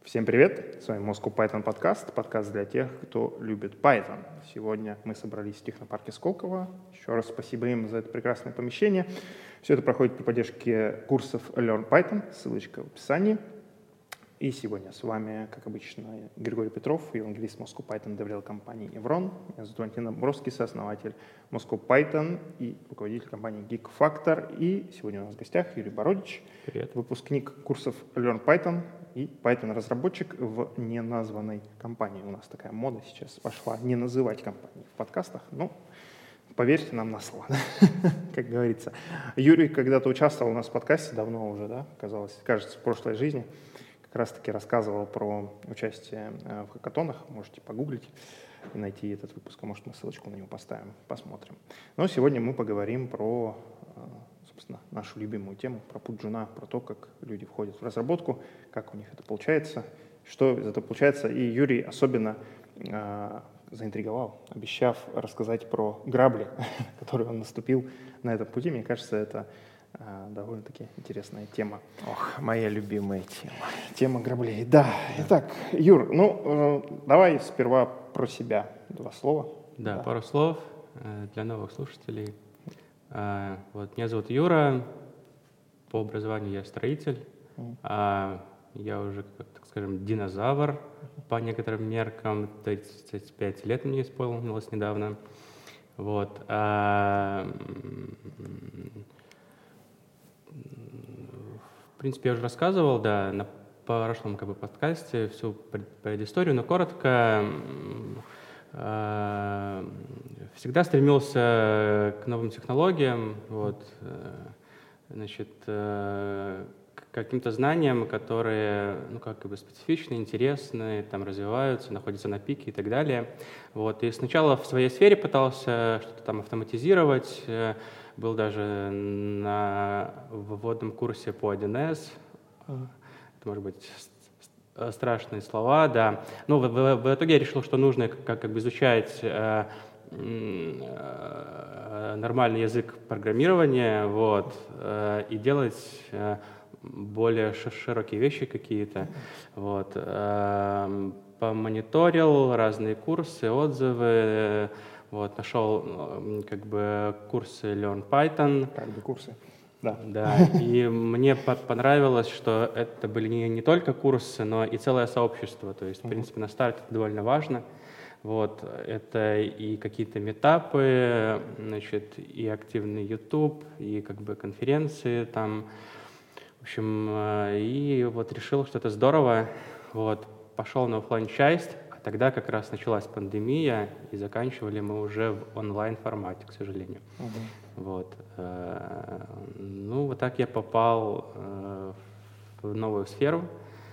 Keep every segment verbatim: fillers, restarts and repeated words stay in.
Всем привет! С вами Moscow Python подкаст, подкаст для тех, кто любит Python. Сегодня мы собрались в технопарке Сколково. Еще раз спасибо им за это прекрасное помещение. Все это проходит при поддержке курсов Learn Python, ссылочка в описании. И сегодня с вами, как обычно, Григорий Петров, евангелист Moscow Python доверил компании Evron. Меня зовут Валентин Абровский, сооснователь Moscow Python и руководитель компании Geek Factor. И сегодня у нас в гостях Юрий Бородич, Привет. Выпускник курсов Learn Python и Python-разработчик в неназванной компании. У нас такая мода сейчас пошла не называть компании в подкастах. Ну, поверьте нам на слово, как говорится. Юрий когда-то участвовал у нас в подкасте, давно уже, да, казалось, кажется, в прошлой жизни. Как раз-таки рассказывал про участие в хакатонах. Можете погуглить и найти этот выпуск, а может мы ссылочку на него поставим, посмотрим. Но сегодня мы поговорим про, собственно, нашу любимую тему, про путь джуна, про то, как люди входят в разработку, как у них это получается, что из этого получается. И Юрий особенно э, заинтриговал, обещав рассказать про грабли, на которые он наступил на этом пути. Мне кажется, это довольно-таки интересная тема. Ох, моя любимая тема. Тема граблей, да. Итак, Юр, ну, э, давай сперва про себя два слова. Да, да. пару слов э, для новых слушателей. Э, вот, меня зовут Юра, по образованию я строитель. Mm. А я уже, как, так скажем, динозавр mm. по некоторым меркам. тридцать пять лет мне исполнилось недавно. Вот. А, В принципе, я уже рассказывал, да, на прошлом как бы, подкасте всю предысторию, но коротко. Э, всегда стремился к новым технологиям, вот, э, значит, э, к каким-то знаниям, которые, ну, как бы специфичны, интересны, там развиваются, находятся на пике и так далее. Вот. И сначала в своей сфере пытался что-то там автоматизировать. Был даже на вводном курсе по один эс. Это, может быть, страшные слова, да. Но в, в, в итоге я решил, что нужно как, как бы изучать э, э, нормальный язык программирования, вот, э, и делать э, более широкие вещи какие-то. Вот. Э, помониторил разные курсы, отзывы. Вот, нашел как бы курсы Learn Python. Как бы курсы, да. Да, и мне понравилось, что это были не, не только курсы, но и целое сообщество. То есть, в принципе, на старте это довольно важно. Вот, это и какие-то митапы, значит, и активный YouTube, и как бы конференции там. В общем, и вот решил, что это здорово. Вот, пошел на офлайн-часть. Тогда как раз началась пандемия, и заканчивали мы уже в онлайн-формате, к сожалению. Uh-huh. Вот. Ну, вот так я попал в новую сферу.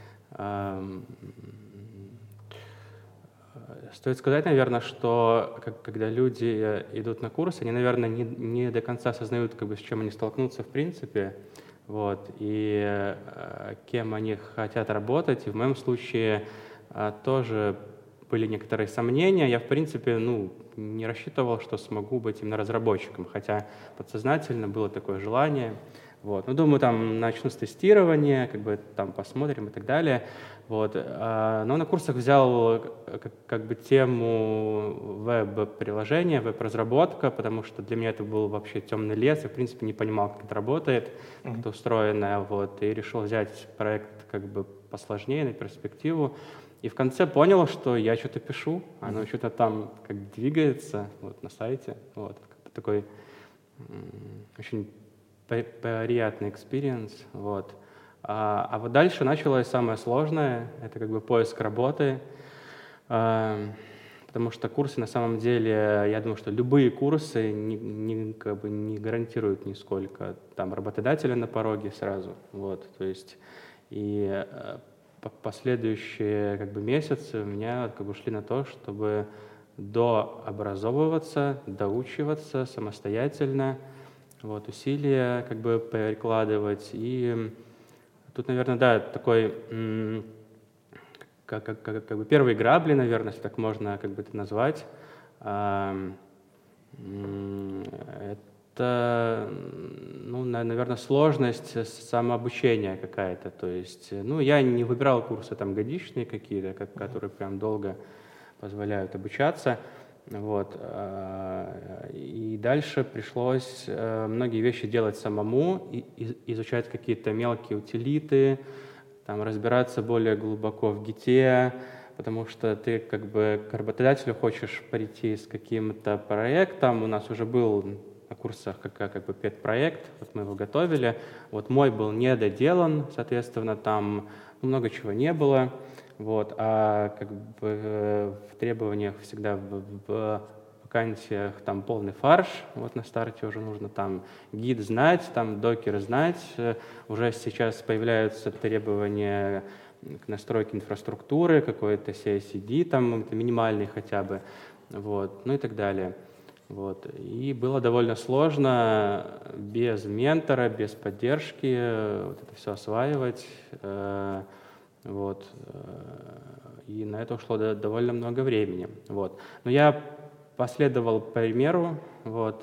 Стоит сказать, наверное, что когда люди идут на курс, они, наверное, не, не до конца осознают, как бы, с чем они столкнутся в принципе, вот, и кем они хотят работать. И в моем случае тоже были некоторые сомнения. Я, в принципе, ну, не рассчитывал, что смогу быть именно разработчиком, хотя подсознательно было такое желание. Вот. Ну, думаю, там начну с тестирования, как бы там посмотрим и так далее. Вот. Но на курсах взял как, как бы тему веб-приложения, веб-разработка, потому что для меня это был вообще темный лес. Я, в принципе, не понимал, как это работает, как mm-hmm. это устроено. Вот. И решил взять проект как бы посложнее, на перспективу. И в конце понял, что я что-то пишу, оно mm-hmm. что-то там как двигается вот, на сайте. Вот. Такой м- очень приятный экспириенс. Вот. А, а вот дальше началось самое сложное, это как бы поиск работы. А, потому что курсы на самом деле, я думаю, что любые курсы не, не, как бы не гарантируют нисколько там работодателя на пороге сразу. Вот. То есть и последующие как бы, месяцы у меня как бы, ушли на то, чтобы дообразовываться, доучиваться самостоятельно, вот, усилия как бы прикладывать. И тут, наверное, да, такой м- как, как, как, как бы первые грабли, наверное, если так можно как бы это назвать. А, м- это, ну, наверное, сложность самообучения какая-то. То есть, ну, я не выбирал курсы там годичные какие-то, как, которые прям долго позволяют обучаться. Вот. И дальше пришлось многие вещи делать самому, и изучать какие-то мелкие утилиты, там, разбираться более глубоко в гите, потому что ты как бы к работодателю хочешь прийти с каким-то проектом. У нас уже был на курсах как, как бы педпроект, вот мы его готовили. Вот мой был недоделан, соответственно, там много чего не было. Вот, а как бы в требованиях всегда в, в вакансиях там полный фарш. Вот на старте уже нужно там гид знать, там докер знать. Уже сейчас появляются требования к настройке инфраструктуры, какой-то си ай си ди, там минимальный хотя бы, вот, ну и так далее. Вот. И было довольно сложно без ментора, без поддержки вот это все осваивать. Вот. И на это ушло довольно много времени. Вот. Но я последовал примеру, вот,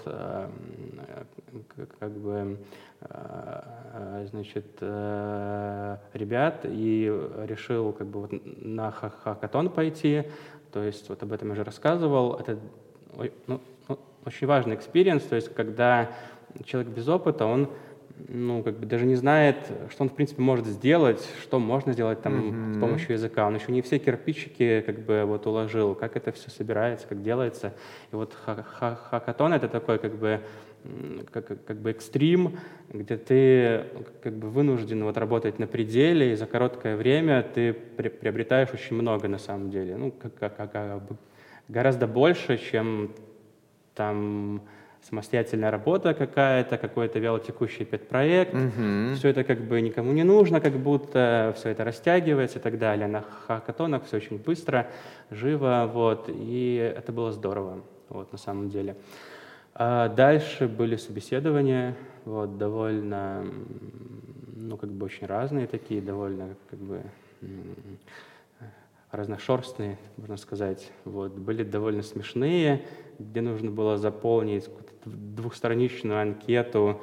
как бы, значит, ребят, и решил как бы вот на хакатон пойти. То есть вот об этом я уже рассказывал. Это, ну, очень важный экспириенс, то есть когда человек без опыта, он, ну, как бы даже не знает, что он, в принципе, может сделать, что можно сделать там mm-hmm. с помощью языка. Он еще не все кирпичики как бы вот уложил, как это все собирается, как делается. И вот хакатон — это такой как бы, как, как бы экстрим, где ты как бы вынужден вот работать на пределе, и за короткое время ты при, приобретаешь очень много на самом деле. Ну, как, как, как, гораздо больше, чем там самостоятельная работа какая-то, какой-то вялотекущий педпроект. Mm-hmm. Все это как бы никому не нужно, как будто все это растягивается и так далее. На хакатонах все очень быстро, живо, вот, и это было здорово, вот, на самом деле. А дальше были собеседования, вот, довольно, ну, как бы очень разные такие, довольно, как бы, разношерстные, можно сказать. Вот. Были довольно смешные, где нужно было заполнить двухстраничную анкету,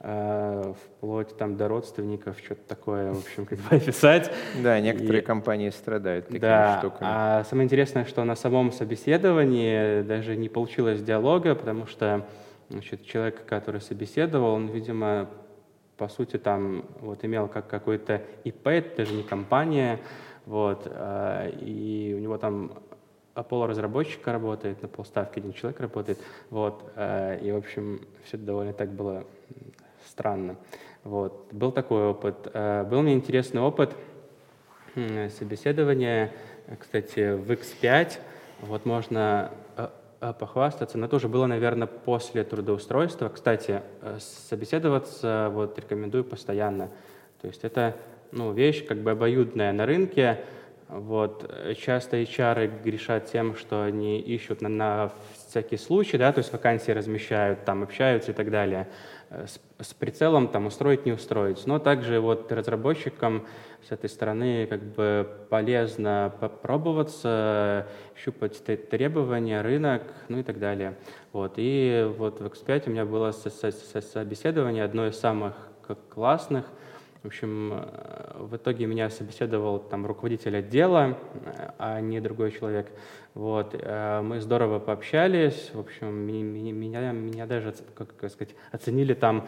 э, вплоть там до родственников, что-то такое, в общем, как бы описать. Да, некоторые и, компании страдают такими да, штуками. А самое интересное, что на самом собеседовании даже не получилось диалога, потому что, значит, человек, который собеседовал, он, видимо, по сути, там вот имел как какой-то ИП, это даже не компания, вот, и у него там полуразработчика работает, на полставки один человек работает, вот, и, в общем, все это довольно так было странно. Вот. Был такой опыт. Был мне интересный опыт собеседования, кстати, в икс пять, вот можно похвастаться, но тоже было, наверное, после трудоустройства. Кстати, собеседоваться вот рекомендую постоянно. То есть это, ну, вещь как бы обоюдная на рынке. Вот. Часто эйч ар грешат тем, что они ищут на, на всякий случай, да, то есть вакансии размещают, там общаются и так далее. С, с прицелом там устроить, не устроить. Но также вот разработчикам с этой стороны как бы полезно попробоваться, щупать требования, рынок, ну и так далее. Вот. И вот в икс пять у меня было собеседование, одно из самых классных. В общем, в итоге меня собеседовал там руководитель отдела, а не другой человек. Вот. Мы здорово пообщались. В общем, меня, меня даже, как сказать, оценили там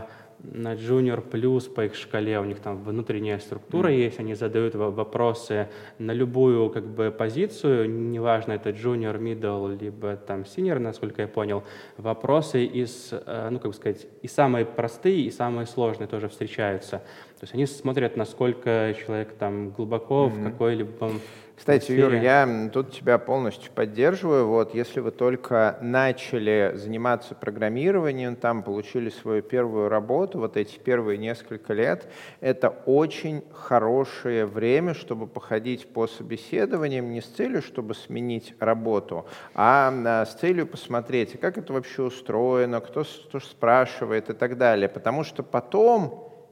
на Junior Plus по их шкале. У них там внутренняя структура mm. есть. Они задают вопросы на любую как бы позицию. Неважно, это Junior, Middle, либо там Senior, насколько я понял. Вопросы из, ну, как бы сказать, и самые простые, и самые сложные тоже встречаются. То есть они смотрят, насколько человек там глубоко mm-hmm. в какой-либо... Кстати, Юр, я тут тебя полностью поддерживаю. Вот, если вы только начали заниматься программированием, там получили свою первую работу, вот эти первые несколько лет, это очень хорошее время, чтобы походить по собеседованиям не с целью, чтобы сменить работу, а с целью посмотреть, как это вообще устроено, кто, кто спрашивает и так далее. Потому что потом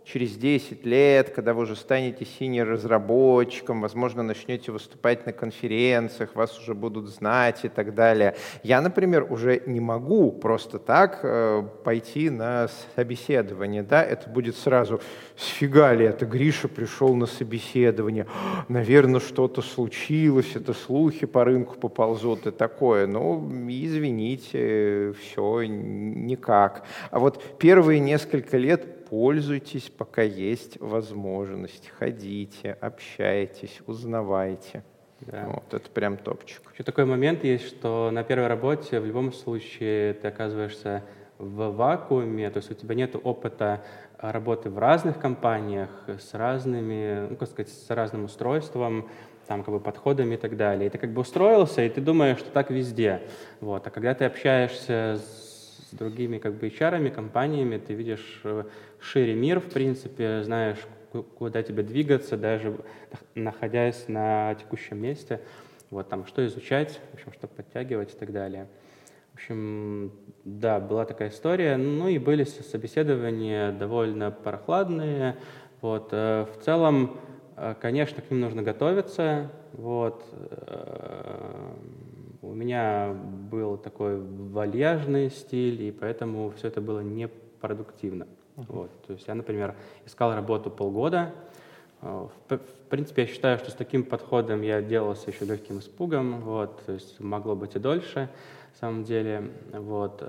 через десять лет, когда вы уже станете синьор-разработчиком, возможно, начнете выступать на конференциях, вас уже будут знать и так далее. Я, например, уже не могу просто так э, пойти на собеседование. Да? Это будет сразу, сфига ли это, Гриша пришел на собеседование, наверное, что-то случилось, это слухи по рынку поползут и такое. Ну, извините, все, никак. А вот первые несколько лет пользуйтесь, пока есть возможность. Ходите, общайтесь, узнавайте. Да. Вот, это прям топчик. Еще такой момент есть, что на первой работе в любом случае ты оказываешься в вакууме, то есть у тебя нет опыта работы в разных компаниях с разными, ну, как сказать, с разным устройством, там, как бы, подходами и так далее. И ты как бы устроился, и ты думаешь, что так везде. Вот. А когда ты общаешься с другими как бы эйч ар-ами, компаниями, ты видишь шире мир, в принципе, знаешь, куда тебе двигаться, даже находясь на текущем месте. Вот, там, что изучать, в общем, что подтягивать и так далее. В общем, да, была такая история. Ну и были собеседования довольно прохладные. Вот. В целом, конечно, к ним нужно готовиться. Вот. У меня был такой вальяжный стиль, и поэтому все это было непродуктивно. Uh-huh. Вот. То есть я, например, искал работу полгода. В, в принципе, я считаю, что с таким подходом я делался еще легким испугом. Вот. То есть могло быть и дольше, на самом деле. Вот.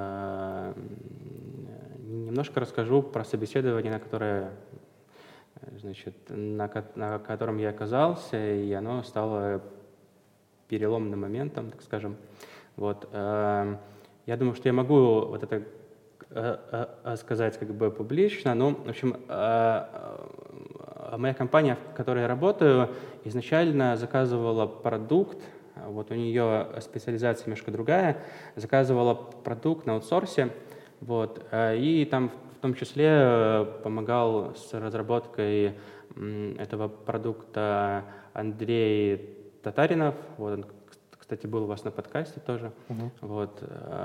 Немножко расскажу про собеседование, на которое, значит, на, на котором я оказался, и оно стало переломным моментом, так скажем. Вот. Я думаю, что я могу вот это сказать как бы публично. Ну, в общем, моя компания, в которой я работаю, изначально заказывала продукт, вот у нее специализация немножко другая, заказывала продукт на аутсорсе, вот, и там в том числе помогал с разработкой этого продукта Андрей Татаринов, вот он, кстати, был у вас на подкасте тоже. Uh-huh. Вот.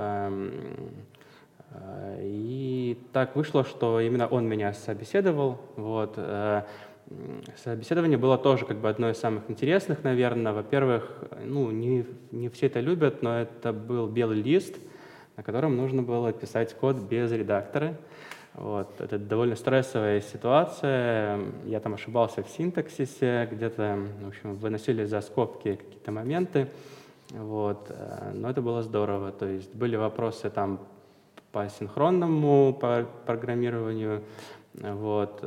И так вышло, что именно он меня собеседовал. Вот. Собеседование было тоже как бы одно из самых интересных, наверное. Во-первых, ну, не, не все это любят, но это был белый лист, на котором нужно было писать код без редактора. Вот. Это довольно стрессовая ситуация. Я там ошибался в синтаксисе, где-то, в общем, выносили за скобки какие-то моменты. Вот. Но это было здорово. То есть были вопросы там по синхронному по программированию. Вот.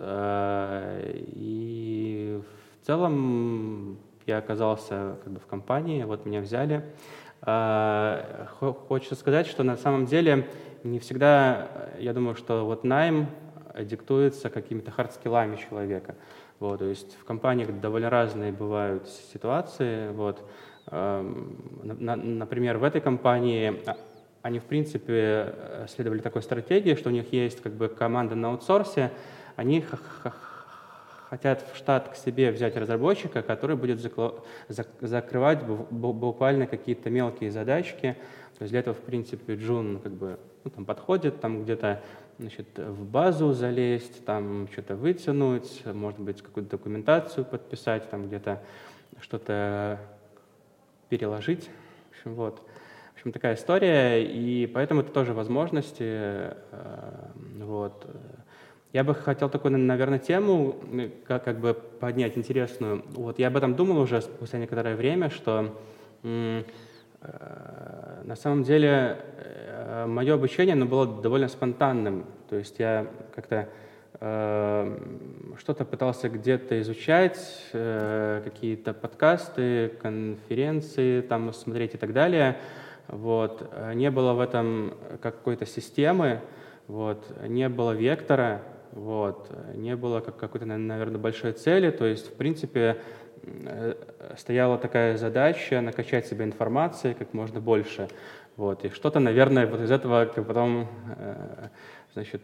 И в целом я оказался как бы в компании, вот меня взяли. Хочется сказать, что на самом деле не всегда, я думаю, что вот найм диктуется какими-то хардскиллами человека. Вот, то есть в компаниях довольно разные бывают ситуации. Вот. Например, в этой компании они, в принципе, следовали такой стратегии, что у них есть как бы команда на аутсорсе, они хотят в штат к себе взять разработчика, который будет закрывать буквально какие-то мелкие задачки. То есть для этого, в принципе, Джун как бы, ну, там подходит, там где-то, значит, в базу залезть, там что-то вытянуть, может быть, какую-то документацию подписать, там где-то что-то переложить. В общем, вот. В общем, такая история, и поэтому это тоже возможности. Вот. Я бы хотел такую, наверное, тему как, как бы поднять интересную. Вот я об этом думал уже спустя некоторое время, что м- э, на самом деле э, мое обучение оно было довольно спонтанным. То есть я как-то э, что-то пытался где-то изучать, э, какие-то подкасты, конференции там смотреть и так далее. Вот. Не было в этом какой-то системы, вот. Не было вектора. Вот. Не было как какой-то, наверное, большой цели, то есть, в принципе, стояла такая задача накачать себе информации как можно больше. Вот. И что-то, наверное, вот из этого потом, значит,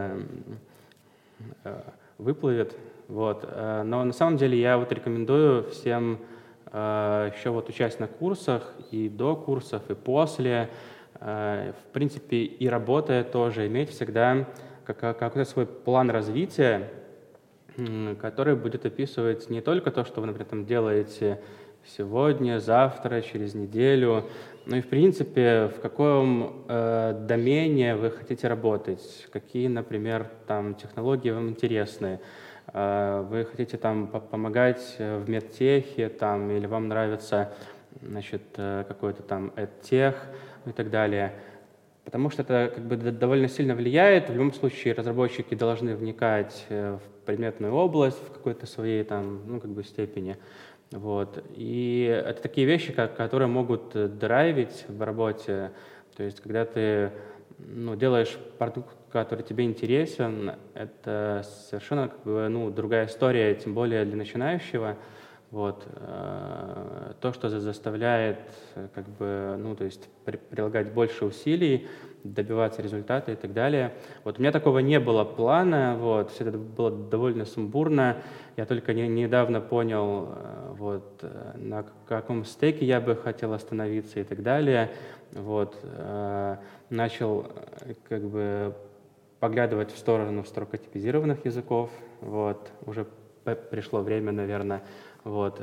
выплывет. Вот. Но на самом деле я вот рекомендую всем еще вот участь на курсах и до курсов, и после, в принципе, и работая тоже, иметь всегда какой-то свой план развития, который будет описывать не только то, что вы, например, там делаете сегодня, завтра, через неделю, но и, в принципе, в каком э, домене вы хотите работать, какие, например, там, технологии вам интересны. Э, вы хотите там помогать в медтехе, там, или вам нравится, значит, какой-то там эдтех и так далее. Потому что это как бы довольно сильно влияет. В любом случае разработчики должны вникать в предметную область в какой-то своей там, ну, как бы степени. Вот. И это такие вещи, которые могут драйвить в работе. То есть когда ты, ну, делаешь продукт, который тебе интересен, это совершенно как бы, ну, другая история, тем более для начинающего. Вот. То, что заставляет как бы, ну, то есть прилагать больше усилий, добиваться результата и так далее. Вот. У меня такого не было плана, вот. Все это было довольно сумбурно. Я только не, недавно понял, вот, на каком стеке я бы хотел остановиться и так далее. Вот. Начал как бы поглядывать в сторону строго-типизированных языков. Вот. Уже пришло время, наверное. Вот.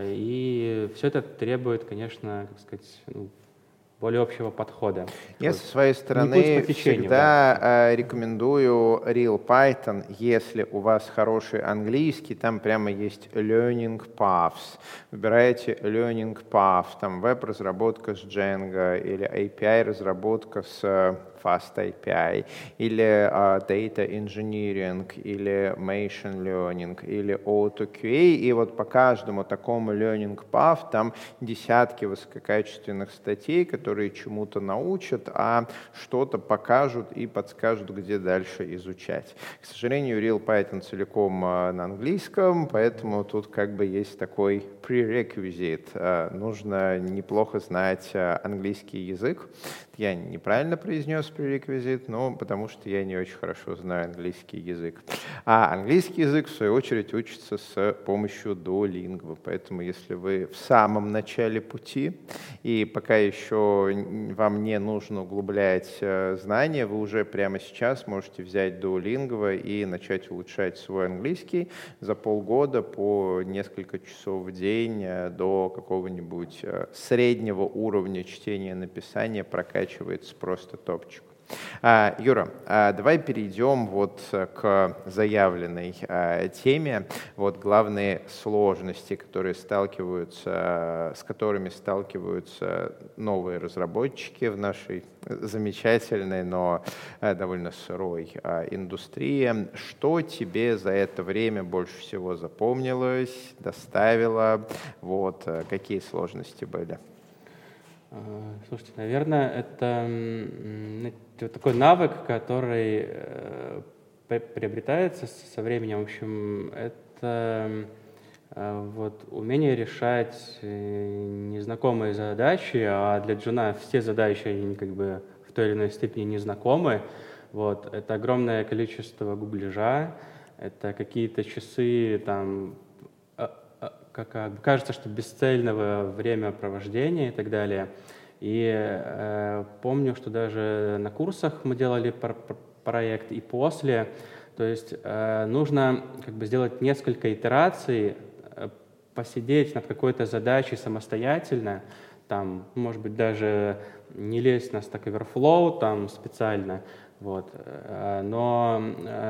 И все это требует, конечно, как сказать, ну, более общего подхода. Я со своей стороны всегда да. рекомендую RealPython, если у вас хороший английский, там прямо есть learning paths. Выбираете learning path, там веб-разработка с Django или эй пи ай-разработка с Fast эй пи ай, или uh, Data Engineering, или Machine Learning, или AutoQA. И вот по каждому такому Learning Path там десятки высококачественных статей, которые чему-то научат, а что-то покажут и подскажут, где дальше изучать. К сожалению, RealPython целиком uh, на английском, поэтому тут как бы есть такой prerequisite. Uh, нужно неплохо знать uh, английский язык. Я неправильно произнес prerequisite, но потому что я не очень хорошо знаю английский язык. А английский язык, в свою очередь, учится с помощью Duolingo. Поэтому если вы в самом начале пути, и пока еще вам не нужно углублять знания, вы уже прямо сейчас можете взять Duolingo и начать улучшать свой английский за полгода по несколько часов в день до какого-нибудь среднего уровня чтения и написания прокачивается просто топчик. А, Юра, а давай перейдем вот к заявленной а, теме. Вот главные сложности, которые сталкиваются, с которыми сталкиваются новые разработчики в нашей замечательной, но а, довольно сырой а, индустрии. Что тебе за это время больше всего запомнилось, доставило? Вот, какие сложности были? Слушайте, наверное, это такой навык, который приобретается со временем. В общем, это вот умение решать незнакомые задачи, а для джуна все задачи, они как бы в той или иной степени незнакомы. Вот. Это огромное количество гуглежа, это какие-то часы, там, как, как кажется, что бесцельного времяпровождения и так далее. И э, помню, что даже на курсах мы делали про проект и после. То есть э, нужно как бы сделать несколько итераций, э, посидеть над какой-то задачей самостоятельно, там, может быть, даже не лезть на Stack Overflow там специально, вот, э, но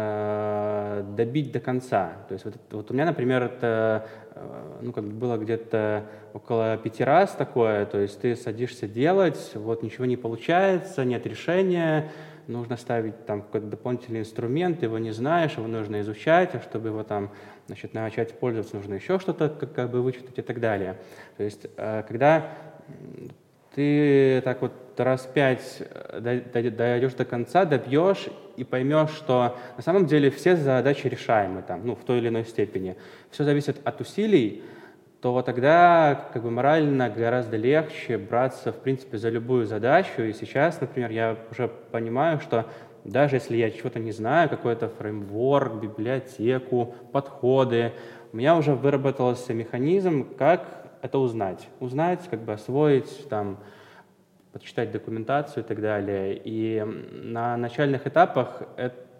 э, добить до конца. То есть вот, вот у меня, например, это ну, как бы было где-то около пяти раз такое, то есть ты садишься делать, вот ничего не получается, нет решения, нужно ставить там какой-то дополнительный инструмент, его не знаешь, его нужно изучать, а чтобы его там, значит, начать пользоваться, нужно еще что-то как, как бы вычитать и так далее. То есть когда ты так вот раз пять дойдешь до конца, добьешь и поймешь, что на самом деле все задачи решаемы там, ну, в той или иной степени. Все зависит от усилий, то вот тогда как бы морально гораздо легче браться, в принципе, за любую задачу. И сейчас, например, я уже понимаю, что даже если я чего-то не знаю, какой-то фреймворк, библиотеку, подходы, у меня уже выработался механизм, как это узнать. Узнать, как бы освоить, там, почитать документацию и так далее. И на начальных этапах это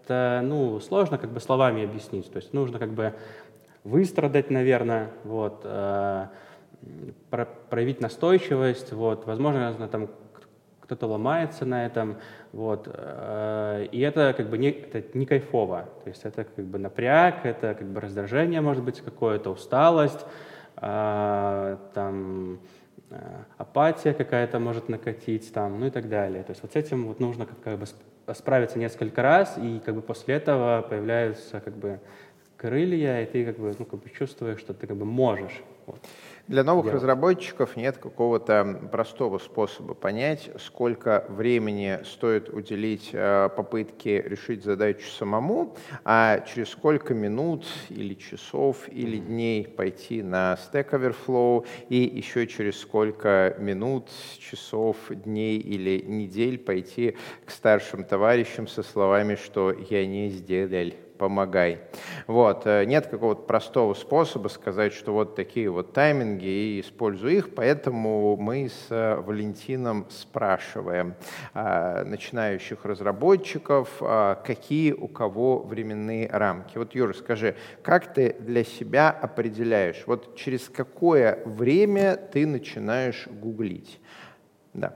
это, ну, сложно как бы словами объяснить. То есть нужно как бы выстрадать, наверное, вот, э, про- проявить настойчивость, вот, возможно, там кто-то ломается на этом, вот, э, и это как бы не, это не кайфово, то есть это как бы напряг, это как бы раздражение, может быть, какое-то, усталость, э, там, э, апатия какая-то может накатить, там, ну и так далее. То есть вот с этим вот нужно как, как бы справиться несколько раз, и как бы после этого появляются как бы крылья, и ты как бы, ну, как бы чувствуешь, что ты как бы можешь. Вот. Для новых делать. разработчиков нет какого-то простого способа понять, сколько времени стоит уделить э, попытке решить задачу самому, а через сколько минут или часов или дней пойти на Stack Overflow, и еще через сколько минут, часов, дней или недель пойти к старшим товарищам со словами, что «я не сделал». Помогай. Вот. Нет какого-то простого способа сказать, что вот такие вот тайминги, и используй их, поэтому мы с Валентином спрашиваем а, начинающих разработчиков, а, какие у кого временные рамки. Вот, Юра, скажи, как ты для себя определяешь, вот через какое время ты начинаешь гуглить? Да.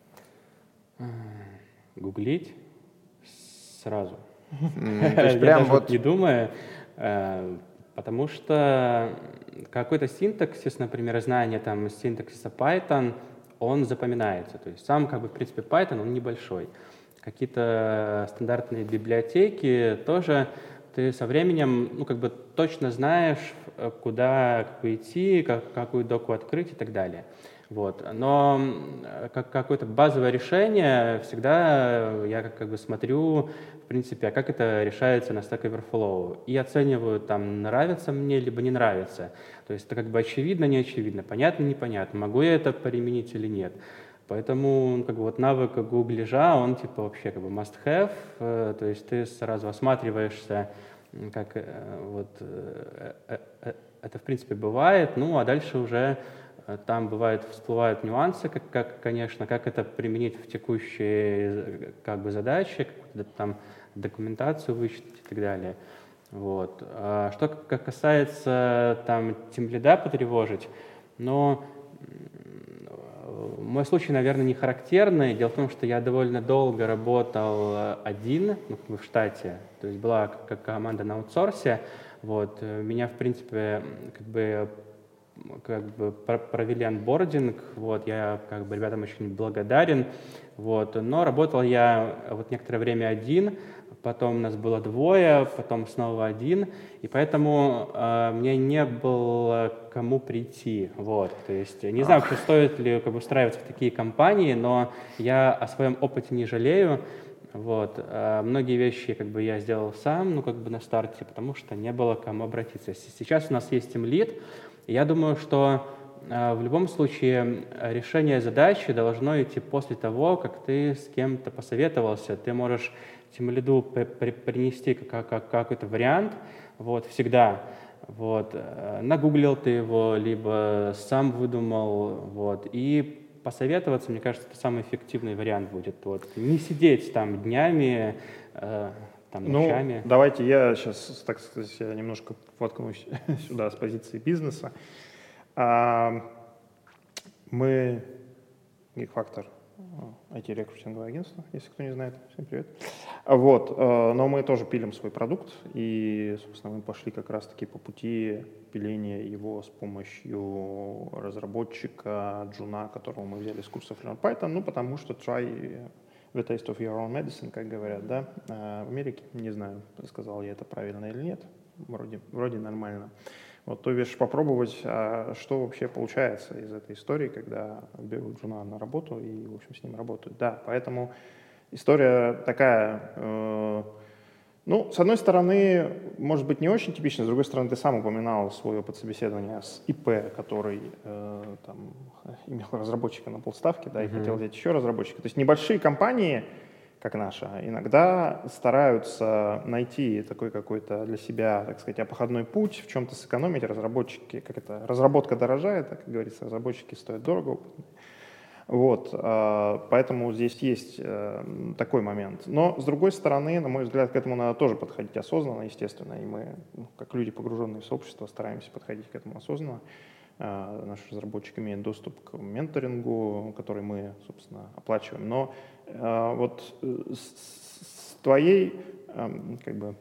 Гуглить сразу. То есть Я прям даже вот... не думаю, потому что какой-то синтаксис, например, знание там синтаксиса Python, он запоминается. То есть сам, как бы, в принципе, Python, он небольшой. Какие-то стандартные библиотеки тоже ты со временем, ну, как бы точно знаешь, куда как бы, идти, как, какую доку открыть и так далее. Вот. Но как какое-то базовое решение всегда я как, как бы смотрю, в принципе, а как это решается на Stack Overflow, и оцениваю, там, нравится мне, либо не нравится. То есть это как бы очевидно, не очевидно, понятно, непонятно, могу я это применить или нет. Поэтому как бы, вот навык гуглежа, он типа вообще как бы must have, э, то есть ты сразу осматриваешься, как э, вот э, э, это в принципе бывает, ну а дальше уже там бывает, всплывают нюансы, как, как, конечно, как это применить в текущие как бы, задачи, как там документацию вычитать и так далее. Вот. А что как касается там тимлида потревожить, но мой случай, наверное, не характерный. Дело в том, что я довольно долго работал один, ну, в штате, то есть была как команда на аутсорсе. Вот. Меня, в принципе, как бы как бы провели анбординг, вот, я как бы ребятам очень благодарен, вот, но работал я вот некоторое время один, потом у нас было двое, потом снова один, и поэтому э, мне не было кому прийти, вот, то есть не знаю, вообще стоит ли как бы устраиваться в такие компании, но я о своем опыте не жалею, вот, э, многие вещи как бы я сделал сам, ну, как бы на старте, потому что не было к кому обратиться. Сейчас у нас есть тимлид. Я думаю, что э, в любом случае решение задачи должно идти после того, как ты с кем-то посоветовался. Ты можешь тимлиду при принести как как какой-то вариант, вот, всегда. Вот, э, нагуглил ты его, либо сам выдумал, вот, и посоветоваться, мне кажется, это самый эффективный вариант будет. Вот. Не сидеть там днями, э, там, ночами. Ну, давайте я сейчас, так сказать, я немножко воткнусь сюда с позиции бизнеса. А, мы Geekfactor, ай ти-рекрутинговое агентство, если кто не знает. Всем привет. Вот, но мы тоже пилим свой продукт, и, собственно, мы пошли как раз-таки по пути пиления его с помощью разработчика, джуна, которого мы взяли с курсов Learn Python, ну, потому что try the taste of your own medicine, как говорят, да, в Америке, не знаю, сказал я это правильно или нет, вроде, вроде нормально. Вот, то бишь попробовать, а что вообще получается из этой истории, когда берут джуна на работу и, в общем, с ним работают. Да, поэтому история такая, э, ну, с одной стороны, может быть, не очень типичная, с другой стороны, ты сам упоминал свой опыт собеседования с ИП, который э, там, имел разработчика на полставки, да, и mm-hmm. хотел взять еще разработчика. То есть небольшие компании, как наша, иногда стараются найти такой какой-то для себя, так сказать, обходной путь, в чем-то сэкономить. Разработчики, как это, разработка дорожает, так как говорится, разработчики стоят дорого. Вот, поэтому здесь есть такой момент. Но, с другой стороны, на мой взгляд, к этому надо тоже подходить осознанно, естественно, и мы, ну, как люди, погруженные в сообщество, стараемся подходить к этому осознанно. Наш разработчик имеет доступ к менторингу, который мы, собственно, оплачиваем. Но вот с твоей, как бы,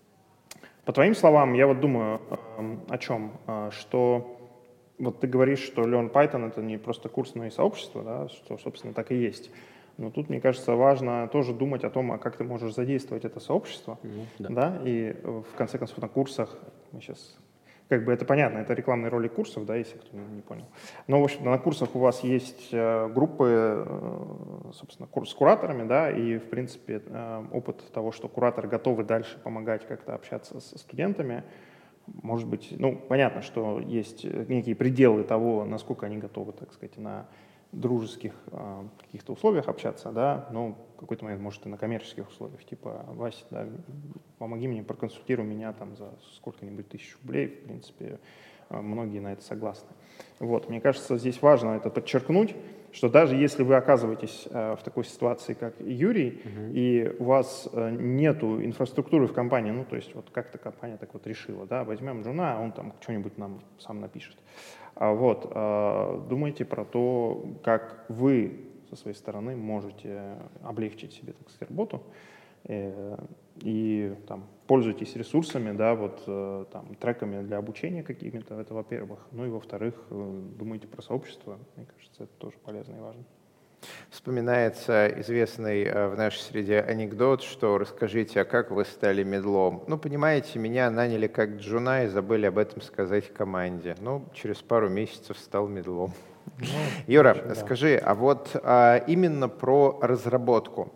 по твоим словам, я вот думаю о чем, что вот ты говоришь, что Learn Python — это не просто курс, но и сообщество, да, что, собственно, так и есть. Но тут, мне кажется, важно тоже думать о том, а как ты можешь задействовать это сообщество, mm-hmm, да. да, и в конце концов на курсах, мы сейчас, как бы это понятно, это рекламные ролик курсов, да, если кто не понял. Но, в общем, на курсах у вас есть группы, собственно, курс с кураторами, да, и, в принципе, опыт того, что кураторы готовы дальше помогать как-то общаться со студентами. Может быть, ну, понятно, что есть некие пределы того, насколько они готовы, так сказать, на дружеских э, каких-то условиях общаться, да, но в какой-то момент, может, и на коммерческих условиях, типа, Вася, да, помоги мне, проконсультируй меня там за сколько-нибудь тысяч рублей, в принципе, э, многие на это согласны. Вот, мне кажется, здесь важно это подчеркнуть, что даже если вы оказываетесь э, в такой ситуации, как Юрий, uh-huh. и у вас э, нету инфраструктуры в компании, ну, то есть вот как-то компания так вот решила, да, возьмем Джуна, он там что-нибудь нам сам напишет. А вот, э, думайте про то, как вы со своей стороны можете облегчить себе, так сказать, работу, э, и там пользуйтесь ресурсами, да, вот э, там треками для обучения какими-то, это во-первых. Ну и во-вторых, э, думайте про сообщество, мне кажется, это тоже полезно и важно. Вспоминается известный э, в нашей среде анекдот, что расскажите, а как вы стали медлом? Ну, понимаете, меня наняли как джуна и забыли об этом сказать команде. Ну, через пару месяцев стал медлом. Ну, Юра, общем, скажи, да. а вот а, именно про разработку.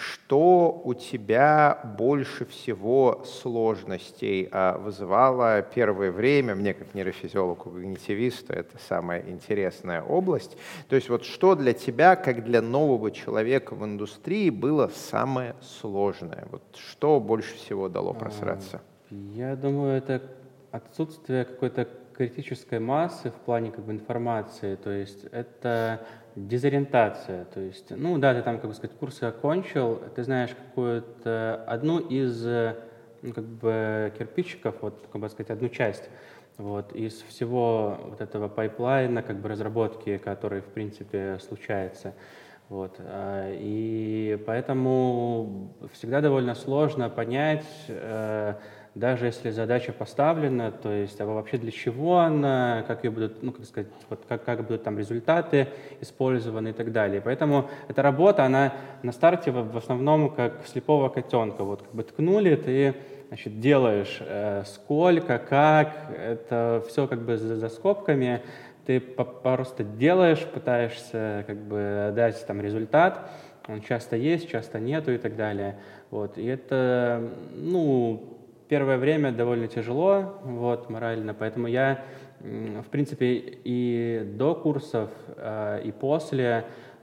Что у тебя больше всего сложностей а, вызывало первое время? Мне, как нейрофизиологу, когнитивисту, это самая интересная область. То есть вот что для тебя, как для нового человека в индустрии, было самое сложное? Вот что больше всего дало просраться? Я думаю, это отсутствие какой-то критической массы в плане как бы информации. То есть это дезориентация, то есть, ну да, ты там, как бы сказать, курсы окончил, ты знаешь какую-то одну из, ну, как бы кирпичиков, вот, как бы сказать, одну часть, вот, из всего вот этого пайплайна, как бы разработки, который, в принципе, случается, вот, и поэтому всегда довольно сложно понять, даже если задача поставлена, то есть, а вообще для чего она, как ее будут, ну, как сказать, вот как, как будут там результаты использованы и так далее. Поэтому эта работа, она на старте в, в основном как слепого котенка. Вот как бы ткнули, ты, значит, делаешь э, сколько, как, это все как бы за, за скобками. Ты просто делаешь, пытаешься как бы дать там результат. Он часто есть, часто нету и так далее. Вот. И это, ну, первое время довольно тяжело, вот, морально, поэтому я, в принципе, и до курсов, и после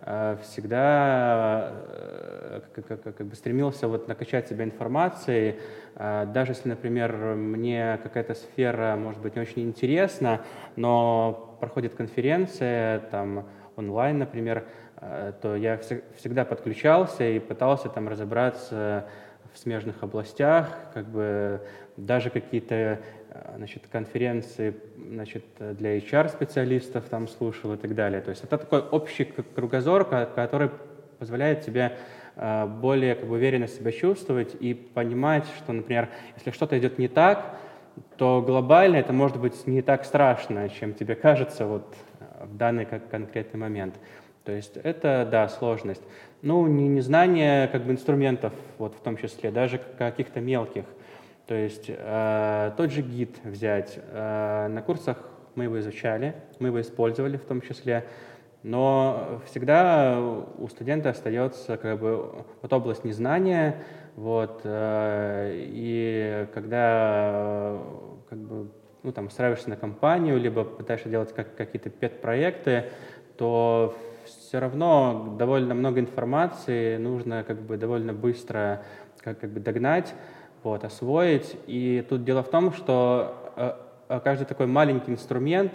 всегда как, как, как бы стремился вот накачать себя информацией, даже если, например, мне какая-то сфера, может быть, не очень интересна, но проходит конференция, там, онлайн, например, то я всегда подключался и пытался там разобраться в смежных областях, как бы даже какие-то, значит, конференции, значит, для эйч ар-специалистов там слушал и так далее. То есть это такой общий кругозор, который позволяет тебе более как бы уверенно себя чувствовать и понимать, что, например, если что-то идет не так, то глобально это может быть не так страшно, чем тебе кажется вот в данный как конкретный момент. То есть это, да, сложность. Ну, незнание как бы инструментов, вот в том числе, даже каких-то мелких. То есть э, тот же гид взять. Э, на курсах мы его изучали, мы его использовали в том числе, но всегда у студента остается как бы вот область незнания, вот, э, и когда как бы, ну, там, устраиваешься на компанию, либо пытаешься делать как, какие-то пет-проекты, то все равно довольно много информации нужно как бы довольно быстро как, как бы догнать, вот, освоить. И тут дело в том, что э, каждый такой маленький инструмент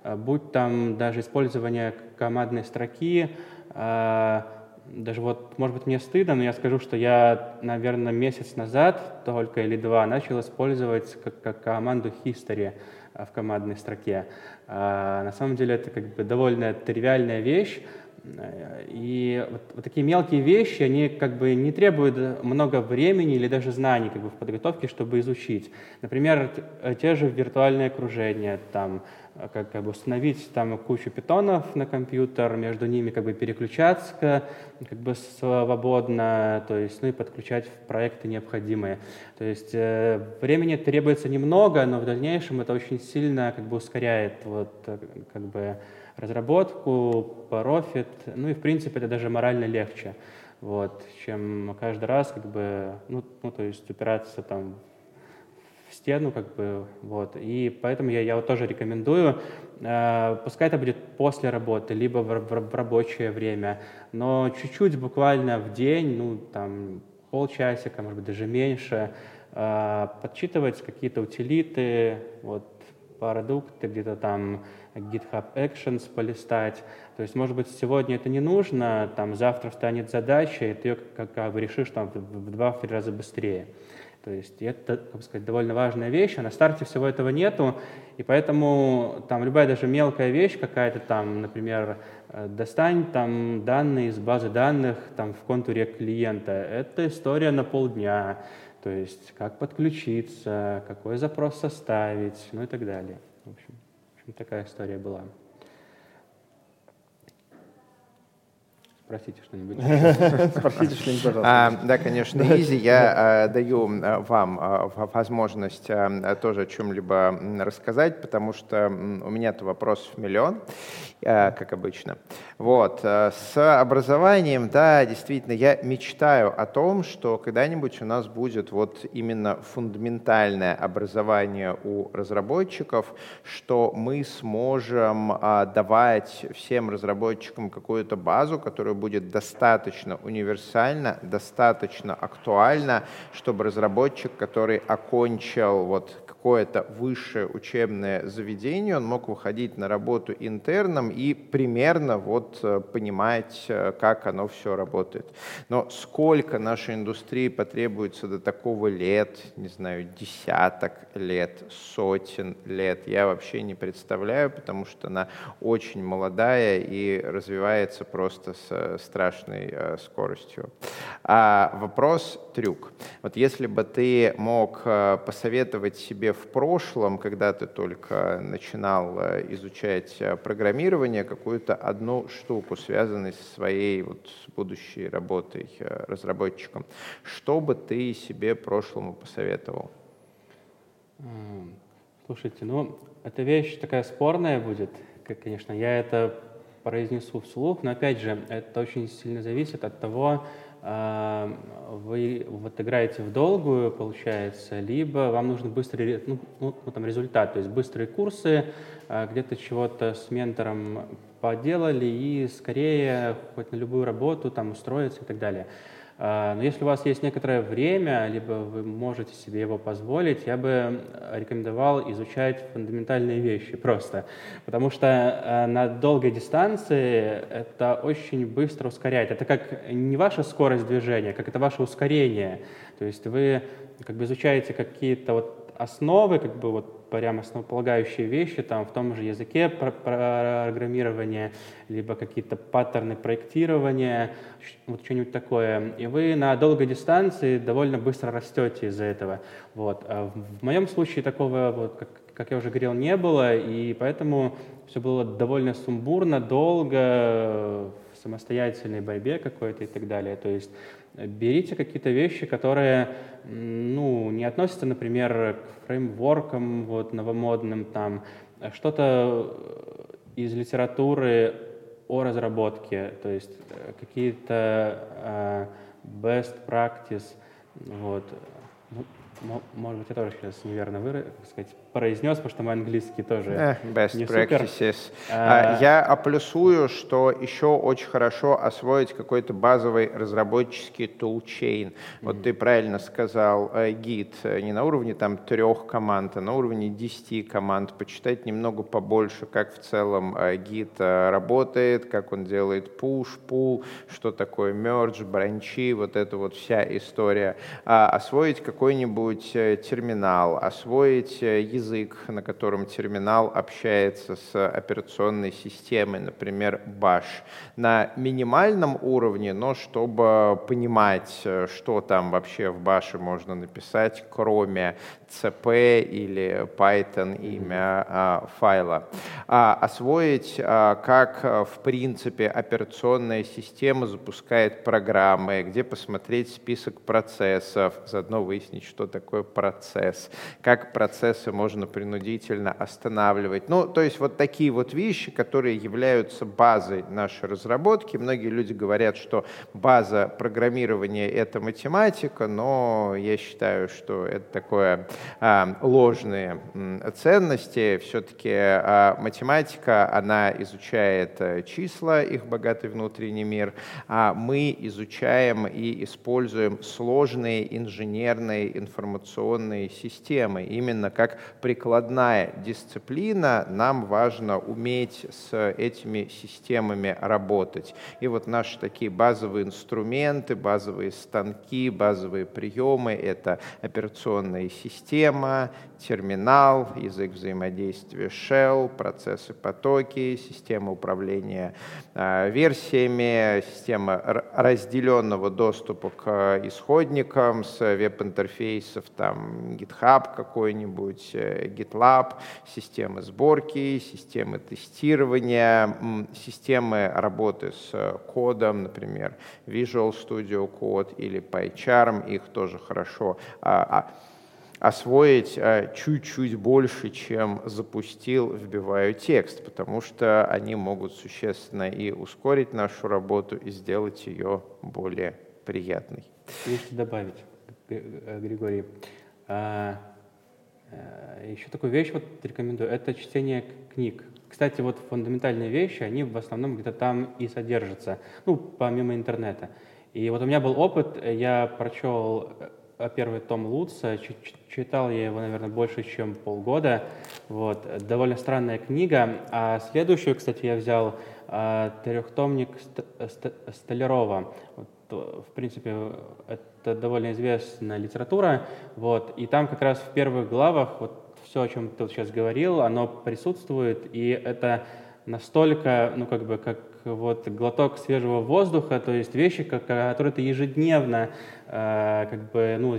будь там даже использование командной строки. Даже вот, может быть, мне стыдно, но я скажу, что я, наверное, месяц назад только или два начал использовать как, как команду history в командной строке. На самом деле это как бы довольно тривиальная вещь. И вот, вот такие мелкие вещи, они как бы не требуют много времени или даже знаний как бы в подготовке, чтобы изучить. Например, те же виртуальные окружения, там, как, как бы установить там кучу питонов на компьютер, между ними как бы переключаться как бы свободно, то есть, ну и подключать проекты необходимые. То есть э, времени требуется немного, но в дальнейшем это очень сильно как бы ускоряет вот как бы разработку, профит, ну и в принципе это даже морально легче, вот, чем каждый раз как бы, ну, ну то есть упираться там в стену, как бы, вот, и поэтому я, я вот тоже рекомендую, э, пускай это будет после работы, либо в, в, в рабочее время, но чуть-чуть буквально в день, ну, там, полчасика, может быть, даже меньше, э, подсчитывать какие-то утилиты, вот, продукты, где-то там GitHub Actions полистать. То есть, может быть, сегодня это не нужно, там, завтра встанет задача, и ты ее как, как бы решишь там, в, в два-три раза быстрее. То есть это, как бы сказать, довольно важная вещь, а на старте всего этого нету, и поэтому там любая даже мелкая вещь какая-то там, например, достань там данные из базы данных там в контуре клиента, это история на полдня, то есть как подключиться, какой запрос составить, ну и так далее. В общем, в общем такая история была. Спросите что-нибудь. Спросите что-нибудь, пожалуйста. А, да, конечно, Изи. Я а, даю а, вам а, возможность а, тоже о чем-либо рассказать, потому что у меня-то вопросов миллион, а, как обычно. Вот. С образованием, да, действительно, я мечтаю о том, что когда-нибудь у нас будет вот именно фундаментальное образование у разработчиков, что мы сможем а, давать всем разработчикам какую-то базу, которая будет достаточно универсальна, достаточно актуальна, чтобы разработчик, который окончил вот какое-то высшее учебное заведение, он мог выходить на работу интерном и примерно вот понимать, как оно все работает. Но сколько нашей индустрии потребуется до такого лет, не знаю, десяток лет, сотен лет, я вообще не представляю, потому что она очень молодая и развивается просто с страшной скоростью. А вопрос трюк. Вот если бы ты мог посоветовать себе в прошлом, когда ты только начинал изучать программирование, какую-то одну штуку, связанную со своей вот будущей работой разработчиком, что бы ты себе прошлому посоветовал? Слушайте, ну, эта вещь такая спорная будет, конечно, я это произнесу вслух, но опять же, это очень сильно зависит от того, вы вот играете в долгую, получается, либо вам нужен быстрый ну, ну, там, результат, то есть быстрые курсы, где-то чего-то с ментором поделали и скорее хоть на любую работу там устроиться и так далее. Но если у вас есть некоторое время, либо вы можете себе его позволить, я бы рекомендовал изучать фундаментальные вещи просто. Потому что на долгой дистанции это очень быстро ускоряет. Это как не ваша скорость движения, как это ваше ускорение. То есть вы как бы изучаете какие-то вот основы, как бы вот прям основополагающие вещи там в том же языке программирования, либо какие-то паттерны проектирования, вот что-нибудь такое. И вы на долгой дистанции довольно быстро растете из-за этого. Вот. А в моем случае такого, вот, как, как я уже говорил, не было, и поэтому все было довольно сумбурно, долго, в самостоятельной борьбе какой-то и так далее. То есть берите какие-то вещи, которые ну, не относятся, например, к фреймворкам вот, новомодным, там, что-то из литературы о разработке, то есть какие-то uh, best practice. Вот. Ну, может быть, я тоже сейчас неверно выразил, так сказать, произнес, потому что мой английский тоже eh, best не practices. супер. А, Я оплюсую, что еще очень хорошо освоить какой-то базовый разработческий toolchain. Mm-hmm. Вот ты правильно сказал, Git не на уровне там трех команд, а на уровне десяти команд. Почитать немного побольше, как в целом Git работает, как он делает push, pull, что такое merge, бранчи, вот эта вот вся история. А, освоить какой-нибудь терминал, освоить язык, на котором терминал общается с операционной системой, например, Bash. На минимальном уровне, но чтобы понимать, что там вообще в Bash можно написать, кроме си пи или Python, имя а, файла. А, освоить, а, как в принципе операционная система запускает программы, где посмотреть список процессов, заодно выяснить, что такое процесс, как процессы можно принудительно останавливать. Ну, то есть вот такие вот вещи, которые являются базой нашей разработки. Многие люди говорят, что база программирования — это математика, но я считаю, что это такое а, ложные м, ценности. Все-таки а, математика, она изучает а, числа, их богатый внутренний мир, а мы изучаем и используем сложные инженерные информационные системы. Именно как прикладная дисциплина нам важно уметь с этими системами работать. И вот наши такие базовые инструменты, базовые станки, базовые приемы — это операционная система, терминал, язык взаимодействия shell, процессы, потоки, система управления э, версиями, система разделенного доступа к исходникам с веб-интерфейсов, там GitHub какой-нибудь, GitLab, системы сборки, системы тестирования, системы работы с кодом, например, Visual Studio Code или PyCharm, их тоже хорошо а, освоить чуть-чуть больше, чем запустил, вбиваю текст, потому что они могут существенно и ускорить нашу работу, и сделать ее более приятной. Есть что добавить, Григорий. А, еще такую вещь вот рекомендую, это чтение книг. Кстати, вот фундаментальные вещи, они в основном где-то там и содержатся, ну, помимо интернета. И вот у меня был опыт, я прочел первый том Лутца, читал я его, наверное, больше, чем полгода. Вот. Довольно странная книга. А следующую, кстати, я взял трехтомник Столярова. Вот, в принципе, это довольно известная литература. Вот. И там как раз в первых главах вот все, о чем ты вот сейчас говорил, оно присутствует. И это настолько, ну, как бы, как вот глоток свежего воздуха, то есть вещи, которые ты ежедневно э, как бы, ну,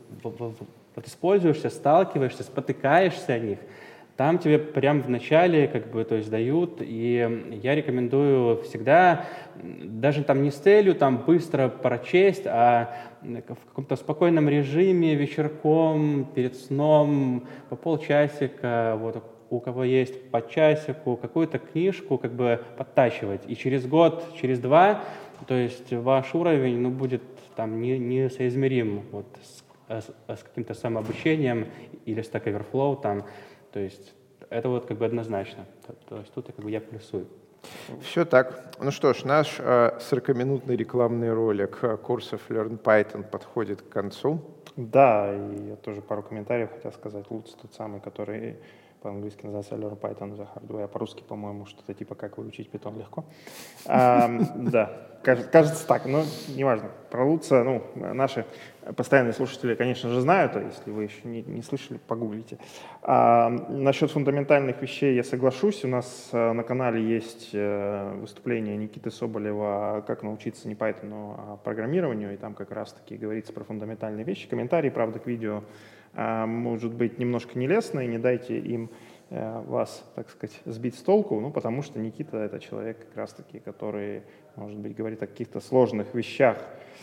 вот используешься, сталкиваешься, спотыкаешься о них, там тебе прям в начале как бы, то есть дают, и я рекомендую всегда, даже там не с целью там быстро прочесть, а в каком-то спокойном режиме, вечерком, перед сном, по полчасика, вот, у кого есть по часику, какую-то книжку как бы подтачивать. И через год, через два, то есть ваш уровень, ну, будет там не, несоизмерим вот с, с, с каким-то самообучением или Stack Overflow там. То есть это вот как бы однозначно. То, то есть тут как бы я плюсую. Все так. Ну что ж, наш сорокаминутный рекламный ролик курсов Learn Python подходит к концу. Да, и я тоже пару комментариев хотел сказать. Лутц тот самый, который по-английски называется Learn Python the Hard Way, а по-русски, по-моему, что-то типа «Как выучить Python легко». А, да, кажется так, но неважно. Про Лутца, ну, наши постоянные слушатели, конечно же, знают, а если вы еще не, не слышали, погуглите. А, насчет фундаментальных вещей я соглашусь. У нас а, на канале есть а, выступление Никиты Соболева «Как научиться не Python, а программированию», и там как раз-таки говорится про фундаментальные вещи. Комментарии, правда, к видео может быть немножко нелестные, не дайте им э, вас, так сказать, сбить с толку, ну, потому что Никита — это человек как раз-таки, который, может быть, говорит о каких-то сложных вещах,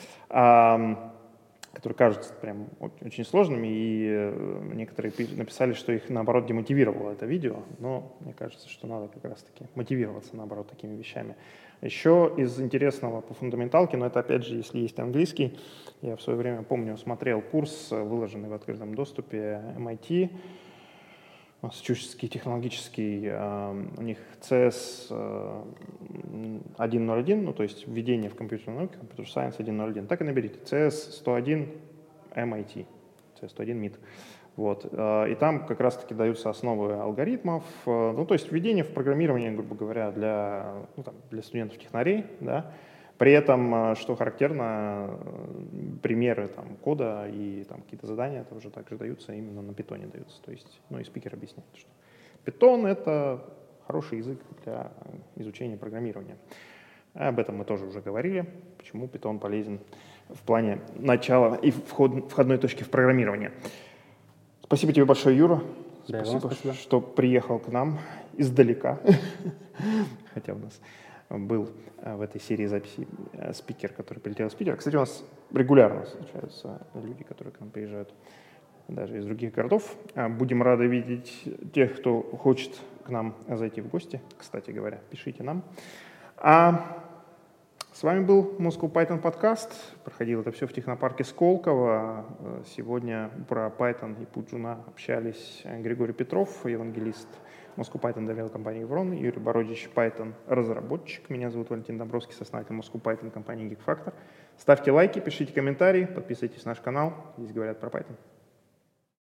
э, которые кажутся прям очень сложными, и э, некоторые написали, что их, наоборот, демотивировало это видео, но мне кажется, что надо как раз-таки мотивироваться, наоборот, такими вещами. Еще из интересного по фундаменталке, но это, опять же, если есть английский, я в свое время, помню, смотрел курс, выложенный в открытом доступе эм ай ти, Массачусетский технологический, у них си эс один ноль один, ну, то есть введение в компьютерную науку, Computer Science один ноль один. Так и наберите. си эс сто один эм ай ти, си эс сто один мид. Вот. И там как раз-таки даются основы алгоритмов, ну, то есть введение в программирование, грубо говоря, для, ну, там, для студентов-технарей, да. При этом, что характерно, примеры там, кода и там, какие-то задания тоже также даются, именно на питоне даются. То есть, ну и спикер объясняет, что питон — это хороший язык для изучения программирования. Об этом мы тоже уже говорили, почему питон полезен в плане начала и вход, входной точки в программирование. Спасибо тебе большое, Юра. Да, спасибо, спасибо, что приехал к нам издалека, хотя у нас был в этой серии записи спикер, который прилетел из Питера. Кстати, у нас регулярно встречаются люди, которые к нам приезжают даже из других городов. Будем рады видеть тех, кто хочет к нам зайти в гости. Кстати говоря, пишите нам. А с вами был Moscow Python подкаст. Проходил это все в технопарке Сколково. Сегодня про Python и Пуджуна общались Григорий Петров, евангелист Moscow Python, доверил компании Еврон, Юрий Бородич, Python разработчик. Меня зовут Валентин Домбровский, сооснователь Moscow Python компании Geek Factor. Ставьте лайки, пишите комментарии, подписывайтесь на наш канал. Здесь говорят про Python.